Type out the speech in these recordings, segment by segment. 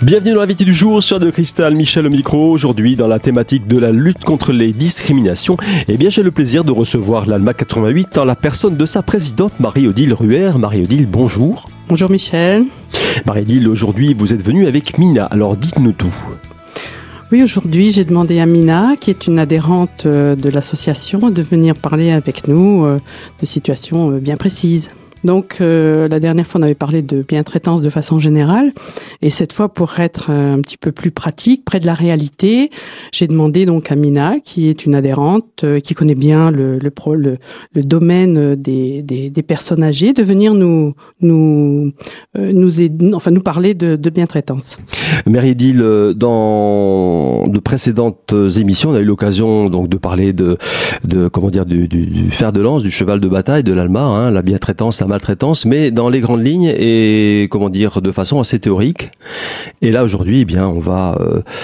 Bienvenue dans l'invité du jour sur Radio Cristal, Michel au micro. Aujourd'hui, dans la thématique de la lutte contre les discriminations, j'ai le plaisir de recevoir l'ALMA 88 en la personne de sa présidente Marie-Odile Ruher. Marie-Odile, bonjour. Bonjour Michel. Marie-Odile, aujourd'hui, vous êtes venue avec Mina, alors dites-nous tout. Oui, aujourd'hui, j'ai demandé à Mina, qui est une adhérente de l'association, de venir parler avec nous de situations bien précises. Donc, la dernière fois, on avait parlé de bientraitance de façon générale. Et cette fois, pour être un petit peu plus pratique, près de la réalité, j'ai demandé donc à Mina, qui est une adhérente, qui connaît bien le domaine des personnes âgées, de venir nous parler de bientraitance. Marie-Odile, dans de précédentes émissions, on a eu l'occasion donc de parler du fer de lance, du cheval de bataille de l'ALMA, la bientraitance, la maltraitance, mais dans les grandes lignes et de façon assez théorique. Et là aujourd'hui, on va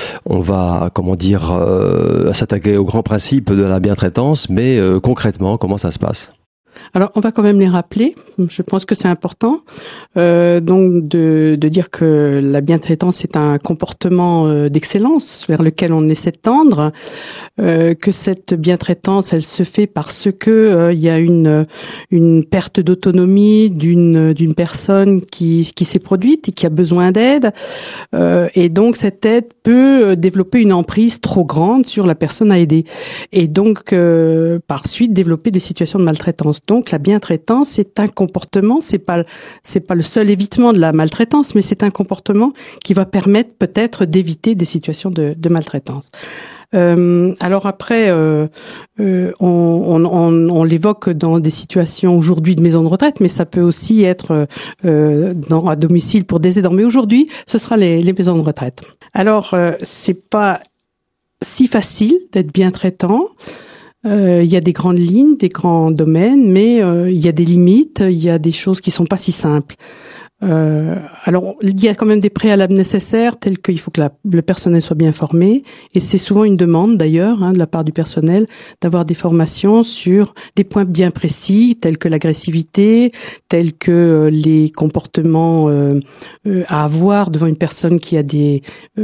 s'attaquer aux grands principes de la bientraitance, mais concrètement, comment ça se passe ? Alors, on va quand même les rappeler. Je pense que c'est important. Donc, de dire que la bientraitance est un comportement d'excellence vers lequel on essaie de tendre. Que cette bientraitance, elle se fait parce que il y a une perte d'autonomie d'une personne qui s'est produite et qui a besoin d'aide. Et donc, cette aide peut développer une emprise trop grande sur la personne à aider. Et donc, par suite, développer des situations de maltraitance. Donc, la bientraitance, c'est un comportement, c'est pas le seul évitement de la maltraitance, mais c'est un comportement qui va permettre peut-être d'éviter des situations de maltraitance. Alors après, on l'évoque dans des situations aujourd'hui de maison de retraite, mais ça peut aussi être à domicile pour des aidants. Mais aujourd'hui, ce sera les maisons de retraite. Alors, c'est pas si facile d'être bien traitant. Il y a des grandes lignes, des grands domaines, mais il y a des limites, il y a des choses qui sont pas si simples. Alors, il y a quand même des préalables nécessaires, tels qu'il faut que le personnel soit bien formé, et c'est souvent une demande d'ailleurs de la part du personnel d'avoir des formations sur des points bien précis, tels que l'agressivité, tels que les comportements à avoir devant une personne qui a des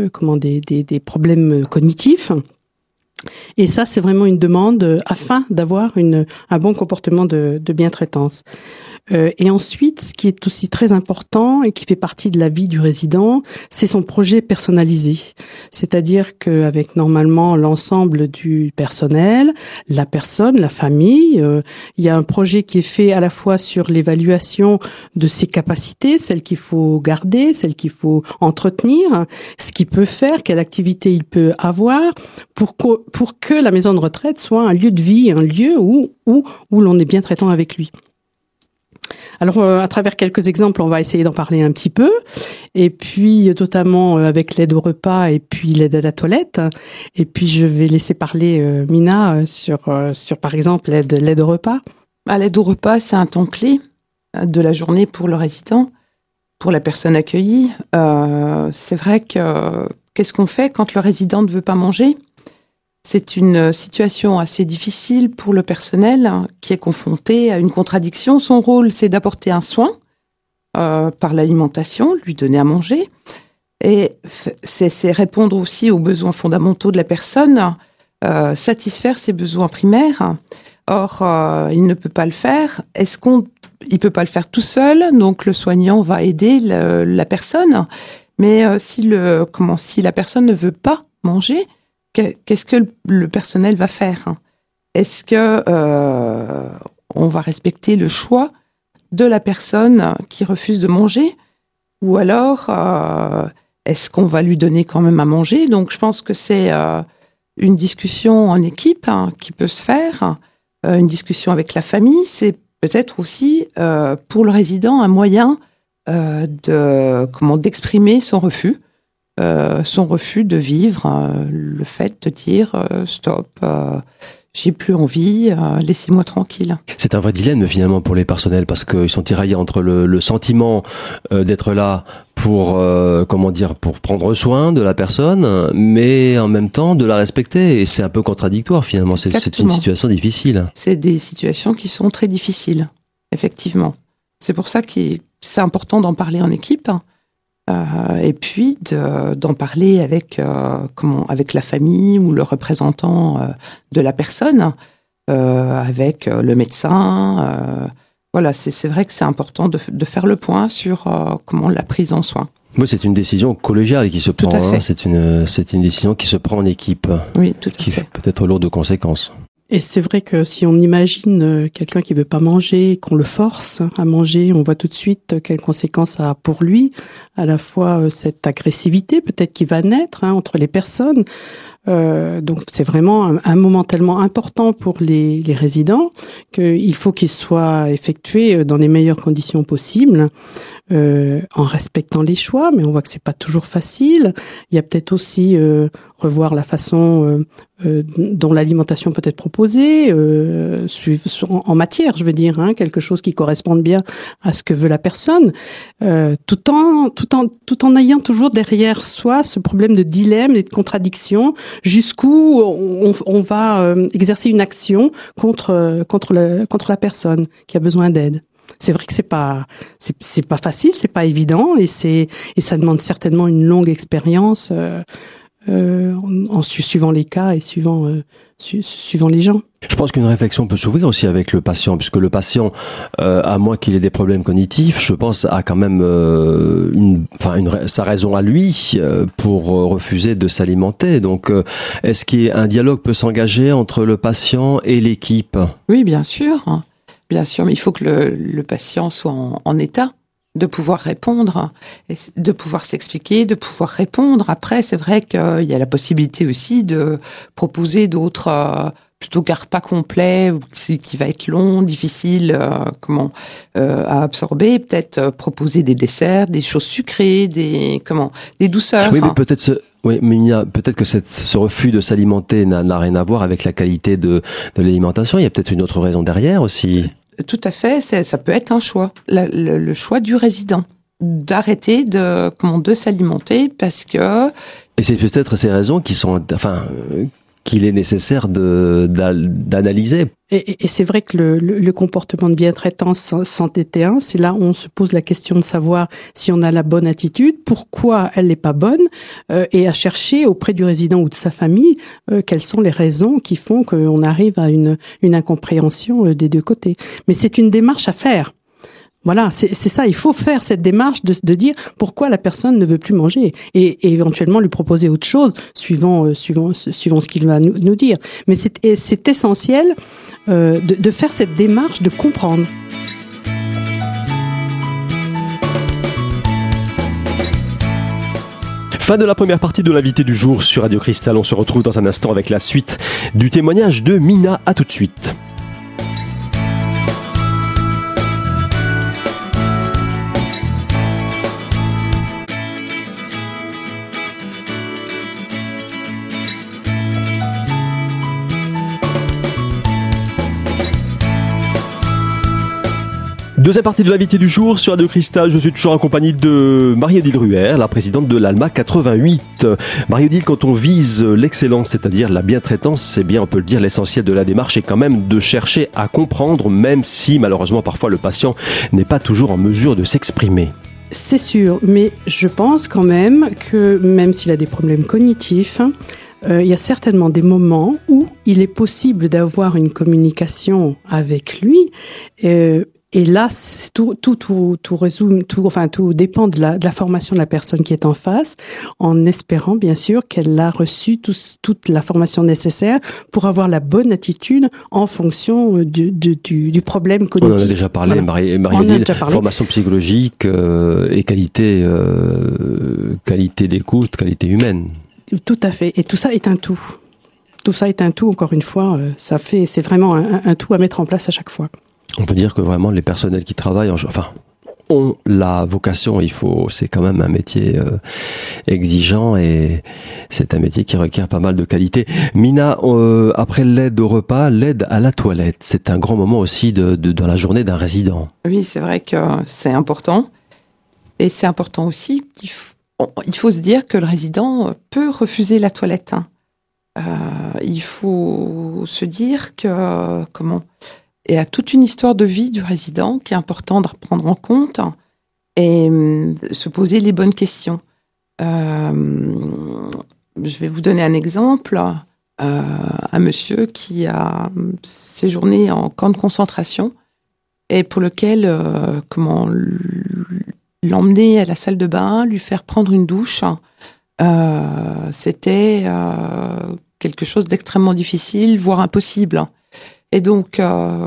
problèmes cognitifs. Et ça, c'est vraiment une demande afin d'avoir un bon comportement de bientraitance. Et ensuite, ce qui est aussi très important et qui fait partie de la vie du résident, c'est son projet personnalisé. C'est-à-dire qu'avec normalement l'ensemble du personnel, la personne, la famille, il y a un projet qui est fait à la fois sur l'évaluation de ses capacités, celles qu'il faut garder, celles qu'il faut entretenir, ce qu'il peut faire, quelle activité il peut avoir, pour que la maison de retraite soit un lieu de vie, un lieu où l'on est bien traitant avec lui. Alors, à travers quelques exemples, on va essayer d'en parler un petit peu. Et puis, notamment avec l'aide au repas et puis l'aide à la toilette. Et puis, je vais laisser parler Mina sur par exemple, l'aide au repas. L'aide au repas, c'est un temps clé de la journée pour le résident, pour la personne accueillie. C'est vrai que qu'est-ce qu'on fait quand le résident ne veut pas manger ? C'est une situation assez difficile pour le personnel qui est confronté à une contradiction. Son rôle, c'est d'apporter un soin par l'alimentation, lui donner à manger. Et c'est répondre aussi aux besoins fondamentaux de la personne, satisfaire ses besoins primaires. Or, il ne peut pas le faire. Il peut pas le faire tout seul, donc le soignant va aider la personne. Mais si la personne ne veut pas manger, qu'est-ce que le personnel va faire ? Est-ce que on va respecter le choix de la personne qui refuse de manger ? Ou alors, est-ce qu'on va lui donner quand même à manger ? Donc, je pense que c'est une discussion en équipe qui peut se faire, une discussion avec la famille. C'est peut-être aussi pour le résident un moyen d'exprimer son refus de vivre, le fait de dire stop, j'ai plus envie, laissez-moi tranquille. C'est un vrai dilemme finalement pour les personnels parce qu'ils sont tiraillés entre le sentiment d'être là pour prendre soin de la personne, mais en même temps de la respecter, et c'est un peu contradictoire finalement. C'est une situation difficile. C'est des situations qui sont très difficiles, effectivement. C'est pour ça que c'est important d'en parler en équipe. Et puis d'en parler avec la famille ou le représentant de la personne, avec le médecin. Voilà, c'est vrai que c'est important de faire le point sur la prise en soin. Oui, c'est une décision collégiale qui se prend. Tout à fait. C'est une décision qui se prend en équipe. Oui, tout à fait. Qui peut être lourde de conséquences. Et c'est vrai que si on imagine quelqu'un qui veut pas manger, qu'on le force à manger, on voit tout de suite quelles conséquences ça a pour lui. À la fois cette agressivité peut-être qui va naître entre les personnes. Donc c'est vraiment un moment tellement important pour les résidents qu'il faut qu'il soit effectué dans les meilleures conditions possibles, en respectant les choix, mais on voit que c'est pas toujours facile. Il y a peut-être aussi revoir la façon dont l'alimentation peut être proposée, en matière, je veux dire, quelque chose qui corresponde bien à ce que veut la personne, tout en ayant toujours derrière soi ce problème de dilemme et de contradiction, jusqu'où on va exercer une action contre la personne qui a besoin d'aide. C'est vrai que c'est pas facile, c'est pas évident, et ça demande certainement une longue expérience en suivant les cas et suivant les gens. Je pense qu'une réflexion peut s'ouvrir aussi avec le patient, puisque le patient, à moins qu'il ait des problèmes cognitifs, je pense a quand même sa raison à lui pour refuser de s'alimenter. Donc, est-ce qu'un dialogue peut s'engager entre le patient et l'équipe ? Oui, bien sûr. Bien sûr, mais il faut que le patient soit en état de pouvoir répondre, de pouvoir s'expliquer, de pouvoir répondre. Après, c'est vrai qu'il y a la possibilité aussi de proposer d'autres, plutôt qu'un repas complet, qui va être long, difficile, à absorber. Peut-être proposer des desserts, des choses sucrées, des douceurs. Oui, mais peut-être que ce refus de s'alimenter n'a rien à voir avec la qualité de l'alimentation. Il y a peut-être une autre raison derrière aussi. Tout à fait, ça peut être un choix, le choix du résident, d'arrêter de s'alimenter parce que... Et c'est peut-être ces raisons qu'il est nécessaire d'analyser. Et c'est vrai que le comportement de bien-traitance c'en était un. C'est là où on se pose la question de savoir si on a la bonne attitude, pourquoi elle n'est pas bonne, et à chercher auprès du résident ou de sa famille quelles sont les raisons qui font qu'on arrive à une incompréhension des deux côtés. Mais c'est une démarche à faire. Voilà, c'est ça. Il faut faire cette démarche de dire pourquoi la personne ne veut plus manger et éventuellement lui proposer autre chose suivant ce qu'il va nous dire. Mais c'est essentiel de faire cette démarche de comprendre. Fin de la première partie de l'invité du jour sur Radio Cristal. On se retrouve dans un instant avec la suite du témoignage de Mina. À tout de suite. Deuxième partie de l'invité du jour sur Radio Cristal. Je suis toujours en compagnie de Marie-Odile Ruher, la présidente de l'ALMA 88. Marie-Odile, quand on vise l'excellence, c'est-à-dire la bientraitance, c'est bien, on peut le dire, l'essentiel de la démarche est quand même de chercher à comprendre, même si malheureusement parfois le patient n'est pas toujours en mesure de s'exprimer. C'est sûr, mais je pense quand même que même s'il a des problèmes cognitifs, il y a certainement des moments où il est possible d'avoir une communication avec lui. Et là, tout dépend de la formation de la personne qui est en face, en espérant bien sûr qu'elle a reçu toute la formation nécessaire pour avoir la bonne attitude en fonction du problème cognitif. On en a déjà parlé, voilà. Marie-Odile, formation psychologique et qualité d'écoute, qualité humaine. Tout à fait. Et tout ça est un tout. Tout ça est un tout, encore une fois. C'est vraiment un tout à mettre en place à chaque fois. On peut dire que vraiment les personnels qui travaillent ont la vocation, c'est quand même un métier exigeant et c'est un métier qui requiert pas mal de qualité. Mina, après l'aide au repas, l'aide à la toilette, c'est un grand moment aussi dans la journée d'un résident. Oui, c'est vrai que c'est important. Et c'est important aussi il faut se dire que le résident peut refuser la toilette. Il faut se dire que il y a toute une histoire de vie du résident qui est important de prendre en compte et se poser les bonnes questions. Je vais vous donner un exemple. Un monsieur qui a séjourné en camp de concentration et pour lequel, l'emmener à la salle de bain, lui faire prendre une douche, c'était quelque chose d'extrêmement difficile, voire impossible. Et donc,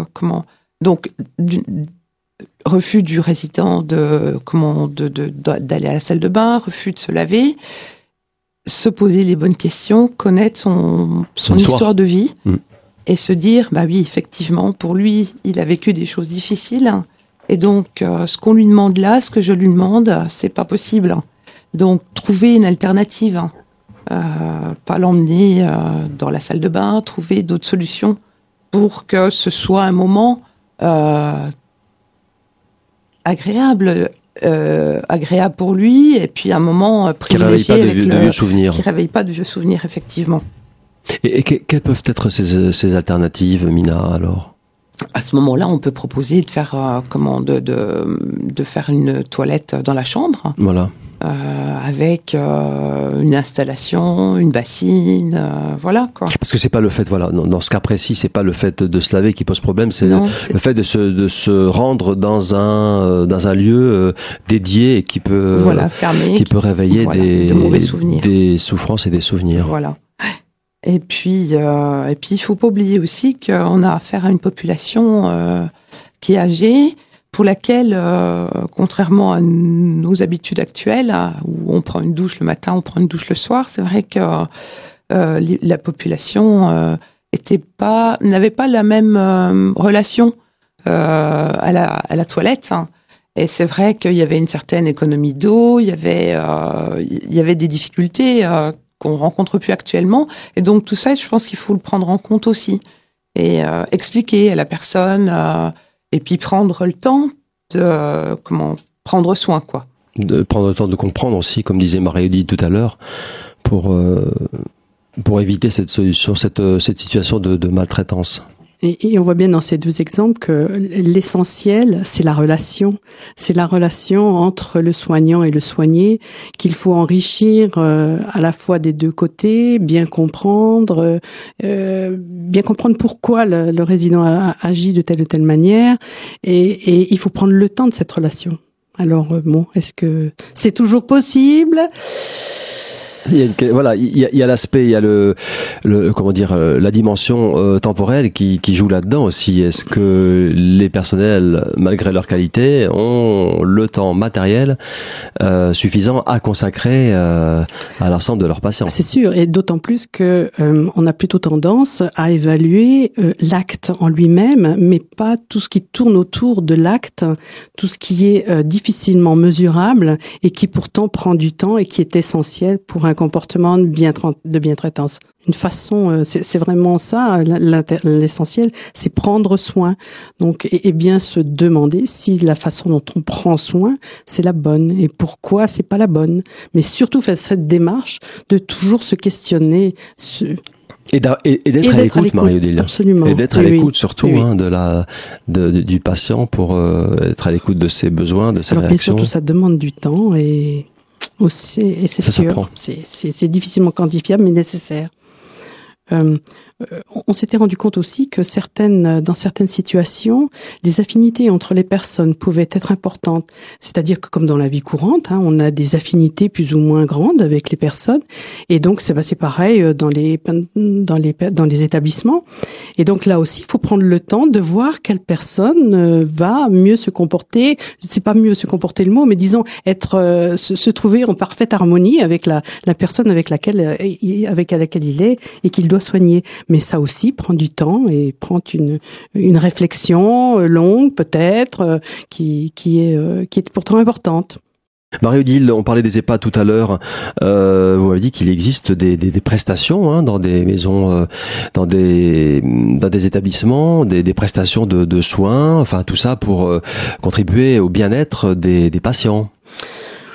refus du résident d'aller à la salle de bain, refus de se laver, se poser les bonnes questions, connaître son histoire de vie et se dire, bah oui, effectivement, pour lui, il a vécu des choses difficiles et donc ce qu'on lui demande là, ce que je lui demande, c'est pas possible. Donc trouver une alternative, pas l'emmener dans la salle de bain, trouver d'autres solutions pour que ce soit un moment agréable pour lui, et puis un moment privilégié qui réveille pas de vieux souvenirs, effectivement. Et quelles peuvent être ces alternatives, Mina, alors? À ce moment-là, on peut proposer de faire de faire une toilette dans la chambre. Voilà. Avec une installation, une bassine, voilà quoi. Parce que c'est pas le fait, voilà, dans ce cas précis, c'est pas le fait de se laver qui pose problème, c'est le fait de se rendre dans un lieu dédié et qui peut fermé, qui peut réveiller de mauvais souvenirs, des souffrances et des souvenirs. Voilà. Et puis il faut pas oublier aussi qu'on a affaire à une population qui est âgée, pour laquelle, contrairement à nos habitudes actuelles, où on prend une douche le matin, on prend une douche le soir, c'est vrai que la population n'avait pas la même relation à la toilette. Et c'est vrai qu'il y avait une certaine économie d'eau, il y avait des difficultés qu'on rencontre plus actuellement. Et donc tout ça, je pense qu'il faut le prendre en compte aussi et expliquer à la personne. Et puis prendre le temps de prendre soin, quoi. De prendre le temps de comprendre aussi, comme disait Marie-Odile tout à l'heure, pour éviter cette situation de maltraitance. Et on voit bien dans ces deux exemples que l'essentiel, c'est la relation. C'est la relation entre le soignant et le soigné qu'il faut enrichir à la fois des deux côtés, bien comprendre pourquoi le résident a agi de telle ou telle manière. Et il faut prendre le temps de cette relation. Alors est-ce que c'est toujours possible ? Il y a l'aspect, il y a la dimension temporelle qui joue là-dedans aussi. Est-ce que les personnels, malgré leur qualité, ont le temps matériel suffisant à consacrer à l'ensemble de leurs patients? C'est sûr, et d'autant plus que on a plutôt tendance à évaluer l'acte en lui-même, mais pas tout ce qui tourne autour de l'acte, tout ce qui est difficilement mesurable et qui pourtant prend du temps et qui est essentiel pour un comportement de bientraitance. Une façon, c'est vraiment ça, l'essentiel, c'est prendre soin. Donc, et bien se demander si la façon dont on prend soin, c'est la bonne et pourquoi c'est pas la bonne. Mais surtout faire cette démarche de toujours se questionner. Et d'être à l'écoute, Marie-Odile. Absolument. Et d'être à l'écoute surtout du patient pour être à l'écoute de ses besoins, de ses réactions. Bien sûr, tout ça demande du temps et c'est sûr, c'est difficilement quantifiable mais nécessaire. On s'était rendu compte aussi que dans certaines situations, les affinités entre les personnes pouvaient être importantes. C'est-à-dire que comme dans la vie courante, on a des affinités plus ou moins grandes avec les personnes. Et donc, c'est pareil dans les établissements. Et donc là aussi, il faut prendre le temps de voir quelle personne va mieux se comporter. C'est pas mieux se comporter le mot, mais disons se trouver en parfaite harmonie avec la personne avec laquelle il est et qu'il doit soigner. Mais ça aussi prend du temps et prend une réflexion longue peut-être qui est pourtant importante. Marie-Odile, on parlait des EHPAD tout à l'heure. Vous avez dit qu'il existe des prestations dans des maisons, dans des établissements, des prestations de soins, enfin tout ça pour contribuer au bien-être des patients.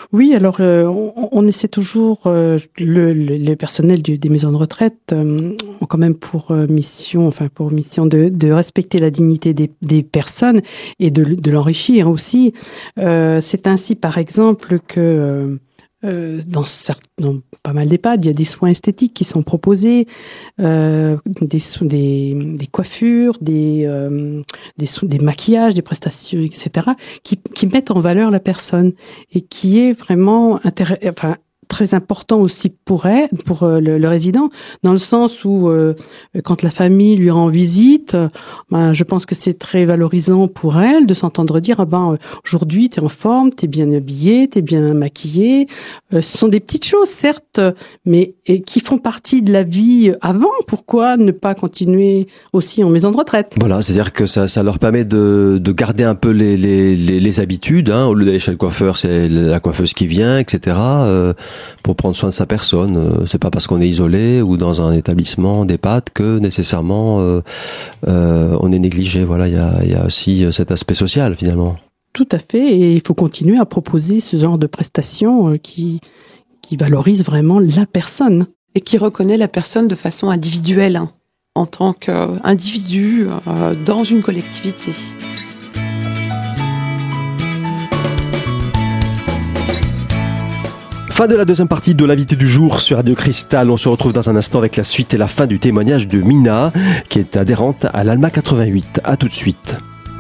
Oui, alors on essaie toujours, le personnel des maisons de retraite ont quand même pour mission de respecter la dignité des personnes et de l'enrichir aussi. C'est ainsi, par exemple, que dans pas mal d'EHPAD, il y a des soins esthétiques qui sont proposés, des coiffures, des maquillages, des prestations, etc., qui mettent en valeur la personne et qui est vraiment très important aussi pour le résident, dans le sens où quand la famille lui rend visite, je pense que c'est très valorisant pour elle de s'entendre dire aujourd'hui t'es en forme, t'es bien habillé, t'es bien maquillé. Ce sont des petites choses certes, mais qui font partie de la vie avant. Pourquoi ne pas continuer aussi en maison de retraite? Voilà, c'est-à-dire que ça leur permet de garder un peu les habitudes. Au lieu d'aller chez le coiffeur, c'est la coiffeuse qui vient, etc. Pour prendre soin de sa personne. C'est pas parce qu'on est isolé ou dans un établissement d'EHPAD que nécessairement on est négligé. Voilà, il y a aussi cet aspect social finalement. Tout à fait, et il faut continuer à proposer ce genre de prestations qui valorisent vraiment la personne. Et qui reconnaît la personne de façon individuelle, en tant qu'individu dans une collectivité. Fin de la deuxième partie de l'invité du jour sur Radio Cristal. On se retrouve dans un instant avec la suite et la fin du témoignage de Mina, qui est adhérente à l'ALMA 88. À tout de suite.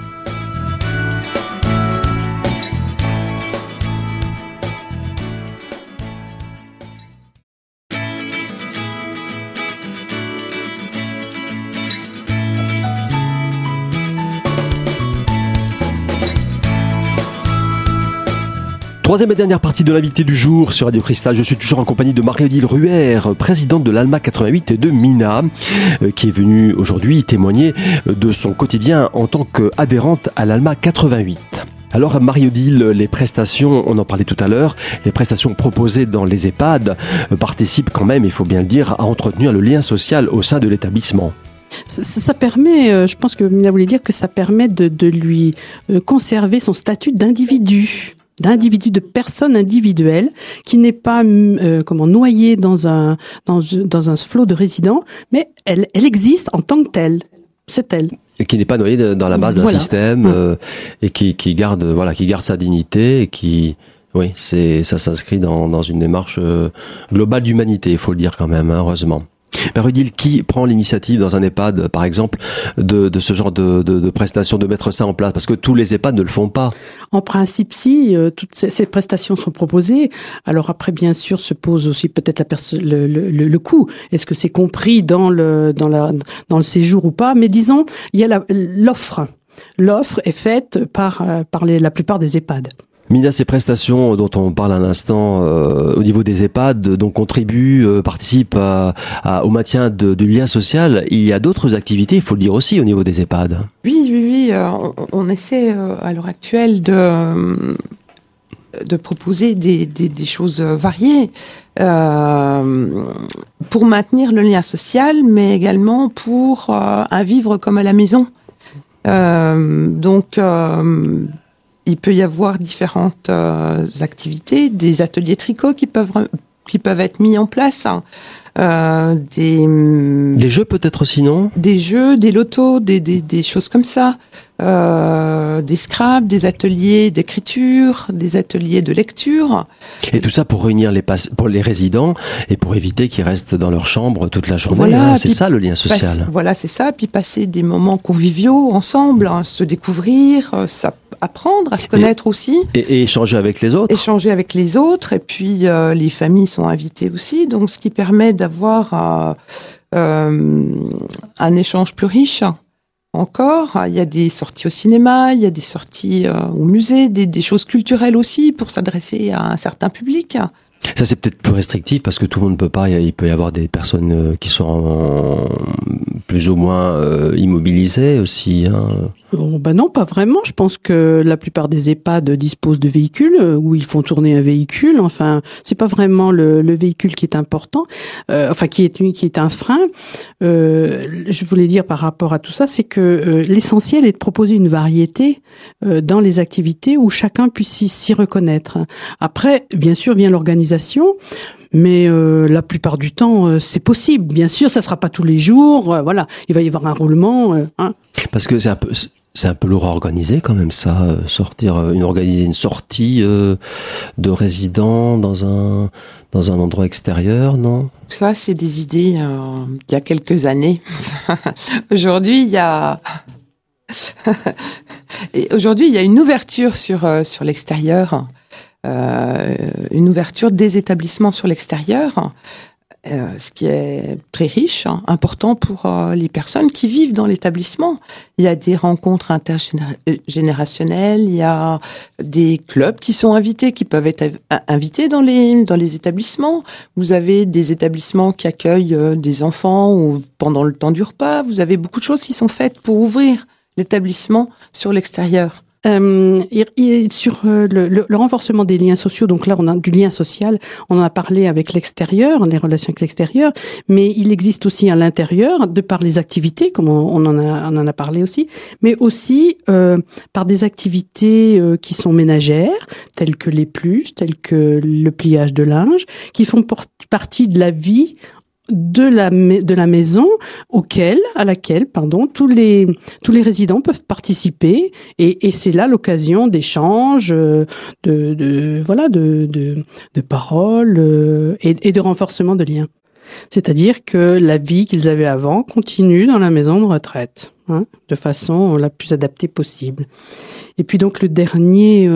Troisième et dernière partie de l'invité du jour sur Radio Cristal. Je suis toujours en compagnie de Marie-Odile Ruher, présidente de l'ALMA 88 et de Mina, qui est venue aujourd'hui témoigner de son quotidien en tant qu'adhérente à l'ALMA 88. Alors Marie-Odile, les prestations, on en parlait tout à l'heure, les prestations proposées dans les EHPAD participent quand même, il faut bien le dire, à entretenir le lien social au sein de l'établissement. Ça permet, je pense que Mina voulait dire que ça permet de lui conserver son statut d'individu, de personne individuelle qui n'est pas noyée dans un flot de résidents, mais elle existe en tant que telle. C'est elle. Et qui n'est pas noyée dans la base d'un système et qui garde sa dignité et qui ça s'inscrit dans une démarche globale d'humanité, il faut le dire quand même, heureusement. Marie-Odile, qui prend l'initiative dans un EHPAD, par exemple, de ce genre de prestations, de mettre ça en place? Parce que tous les EHPAD ne le font pas. En principe, si, toutes ces prestations sont proposées. Alors après, bien sûr, se pose aussi peut-être le coût. Est-ce que c'est compris dans le séjour ou pas? Mais disons, il y a l'offre. L'offre est faite par la plupart des EHPAD. Mina, ces prestations dont on parle à l'instant au niveau des EHPAD, donc contribuent, participent au maintien du lien social. Il y a d'autres activités, il faut le dire aussi, au niveau des EHPAD. Oui. On essaie à l'heure actuelle de proposer des choses variées pour maintenir le lien social, mais également pour un vivre comme à la maison. Il peut y avoir différentes activités, des ateliers tricot qui peuvent être mis en place, des jeux peut-être aussi, non? Des jeux, des lotos, des choses comme ça, des scraps, des ateliers d'écriture, des ateliers de lecture. Et tout ça pour réunir pour les résidents et pour éviter qu'ils restent dans leur chambre toute la journée. Voilà, c'est ça le lien social. C'est ça. Puis passer des moments conviviaux ensemble, se découvrir, apprendre à se connaître aussi. Et échanger avec les autres. Échanger avec les autres. Et puis, les familles sont invitées aussi. Donc, ce qui permet d'avoir un échange plus riche. Encore, il y a des sorties au cinéma, il y a des sorties au musée, des choses culturelles aussi pour s'adresser à un certain public. Ça, c'est peut-être plus restrictif parce que tout le monde ne peut pas. Il peut y avoir des personnes qui sont plus ou moins immobilisés aussi. Hein. Non, pas vraiment. Je pense que la plupart des EHPAD disposent de véhicules où ils font tourner un véhicule. Enfin, c'est pas vraiment le véhicule qui est important, qui est un frein. Je voulais dire par rapport à tout ça, c'est que l'essentiel est de proposer une variété dans les activités où chacun puisse s'y reconnaître. Après, bien sûr, vient l'organisation. Mais la plupart du temps, c'est possible. Bien sûr, ça sera pas tous les jours. Voilà, il va y avoir un roulement. Parce que c'est un peu lourd à organiser quand même ça, organiser une sortie de résidents dans un endroit extérieur, non? Ça, c'est des idées il y a quelques années. Aujourd'hui, il y a une ouverture sur l'extérieur. Une ouverture des établissements sur l'extérieur, ce qui est très riche, important pour les personnes qui vivent dans l'établissement. Il y a des rencontres intergénérationnelles, il y a des clubs qui sont invités, qui peuvent être invités dans les établissements. Vous avez des établissements qui accueillent des enfants ou pendant le temps du repas. Vous avez beaucoup de choses qui sont faites pour ouvrir l'établissement sur l'extérieur. Sur le renforcement des liens sociaux, donc là on a du lien social, on en a parlé avec l'extérieur, les relations avec l'extérieur, mais il existe aussi à l'intérieur, de par les activités, comme on en a parlé aussi, mais aussi par des activités qui sont ménagères, telles que les peluches, telles que le pliage de linge, qui font partie de la vie de la maison à laquelle tous les résidents peuvent participer et c'est là l'occasion d'échanges, de paroles et de renforcement de liens. C'est-à-dire que la vie qu'ils avaient avant continue dans la maison de retraite, de façon la plus adaptée possible. Et puis donc le dernier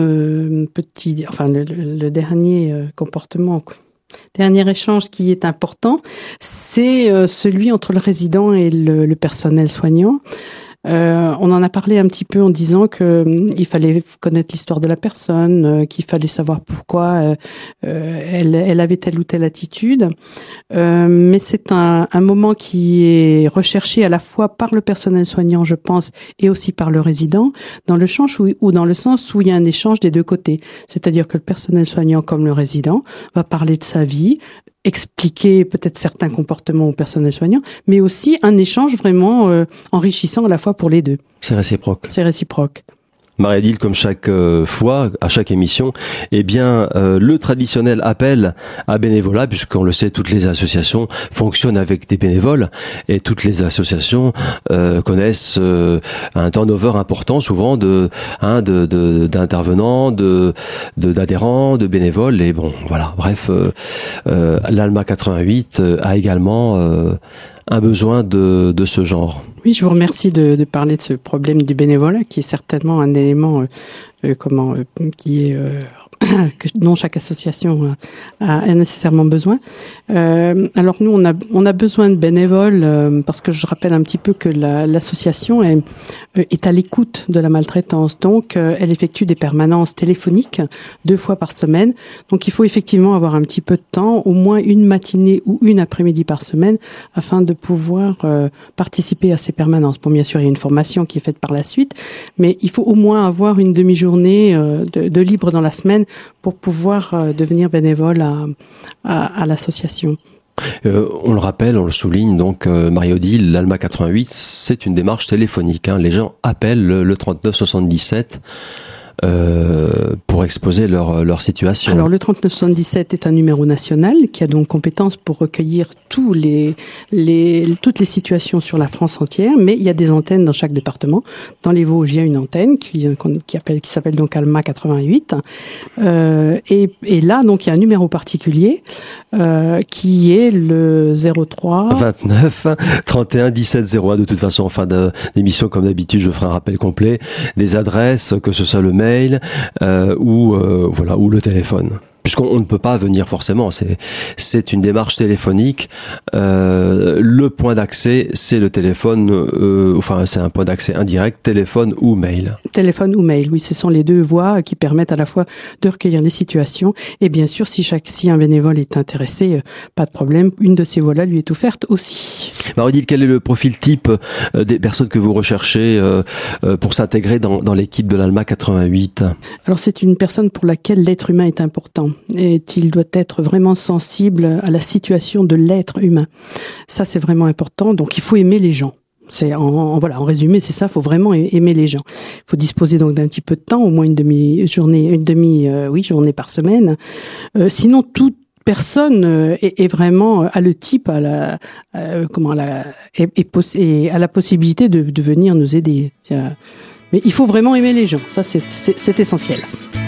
comportement. Dernier échange qui est important, c'est celui entre le résident et le personnel soignant. On en a parlé un petit peu en disant que il fallait connaître l'histoire de la personne, qu'il fallait savoir pourquoi elle avait telle ou telle attitude. Mais c'est un moment qui est recherché à la fois par le personnel soignant, je pense, et aussi par le résident, dans le sens où il y a un échange des deux côtés. C'est-à-dire que le personnel soignant, comme le résident, va parler de sa vie, expliquer peut-être certains comportements au personnel soignant, mais aussi un échange vraiment enrichissant à la fois pour les deux. C'est réciproque. C'est réciproque. Marie-Odile, comme chaque fois, à chaque émission, le traditionnel appel à bénévolat, puisqu'on le sait, toutes les associations fonctionnent avec des bénévoles et toutes les associations connaissent un turnover important, souvent d'intervenants, d'adhérents, de bénévoles et bon, voilà. Bref, l'ALMA 88 a également un besoin de ce genre. Oui, je vous remercie de parler de ce problème du bénévolat, qui est certainement un élément dont chaque association a nécessairement besoin. Alors nous, on a besoin de bénévoles parce que je rappelle un petit peu que l'association est à l'écoute de la maltraitance. Donc, elle effectue des permanences téléphoniques 2 fois par semaine. Donc, il faut effectivement avoir un petit peu de temps, au moins une matinée ou une après-midi par semaine, afin de pouvoir participer à ces permanences. Bon, bien sûr, il y a une formation qui est faite par la suite, mais il faut au moins avoir une demi-journée de libre dans la semaine pour pouvoir devenir bénévole à l'association. On le rappelle, on le souligne, donc Marie-Odile, l'ALMA 88, c'est une démarche téléphonique. Les gens appellent le 39 77 pour exposer leur situation. Alors le 3977 est un numéro national qui a donc compétence pour recueillir toutes les situations sur la France entière, mais il y a des antennes dans chaque département. Dans les Vosges, il y a une antenne qui s'appelle donc ALMA 88. Et là, donc, il y a un numéro particulier qui est le 03 29 31 17 01. De toute façon, en fin d'émission, comme d'habitude, je ferai un rappel complet des adresses, que ce soit le mail ou le téléphone. puisqu'on ne peut pas venir forcément, c'est une démarche téléphonique. Le point d'accès, c'est le téléphone, c'est un point d'accès indirect, téléphone ou mail. Téléphone ou mail, oui, ce sont les deux voies qui permettent à la fois de recueillir les situations et bien sûr, si un bénévole est intéressé, pas de problème, une de ces voies-là lui est offerte aussi. Marie-Odile, quel est le profil type des personnes que vous recherchez pour s'intégrer dans l'équipe de l'ALMA 88? Alors c'est une personne pour laquelle l'être humain est important et il doit être vraiment sensible à la situation de l'être humain. Ça c'est vraiment important, donc il faut aimer les gens. C'est en résumé, c'est ça, faut vraiment aimer les gens. Il faut disposer donc d'un petit peu de temps, au moins une demi-journée par semaine. Sinon toute personne est vraiment à le type à la possibilité de venir nous aider. Mais il faut vraiment aimer les gens, ça c'est essentiel.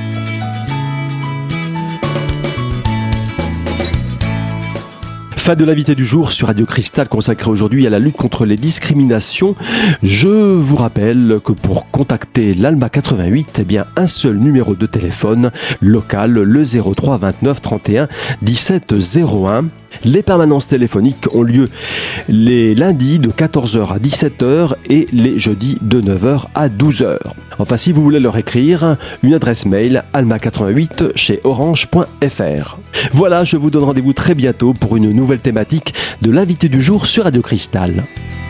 Fin de l'invité du jour sur Radio Cristal, consacré aujourd'hui à la lutte contre les discriminations. Je vous rappelle que pour contacter l'ALMA 88, un seul numéro de téléphone local, le 03 29 31 17 01. Les permanences téléphoniques ont lieu les lundis de 14h à 17h et les jeudis de 9h à 12h. Enfin, si vous voulez leur écrire, une adresse mail alma88@orange.fr. Voilà, je vous donne rendez-vous très bientôt pour une nouvelle thématique de l'invité du jour sur Radio Cristal.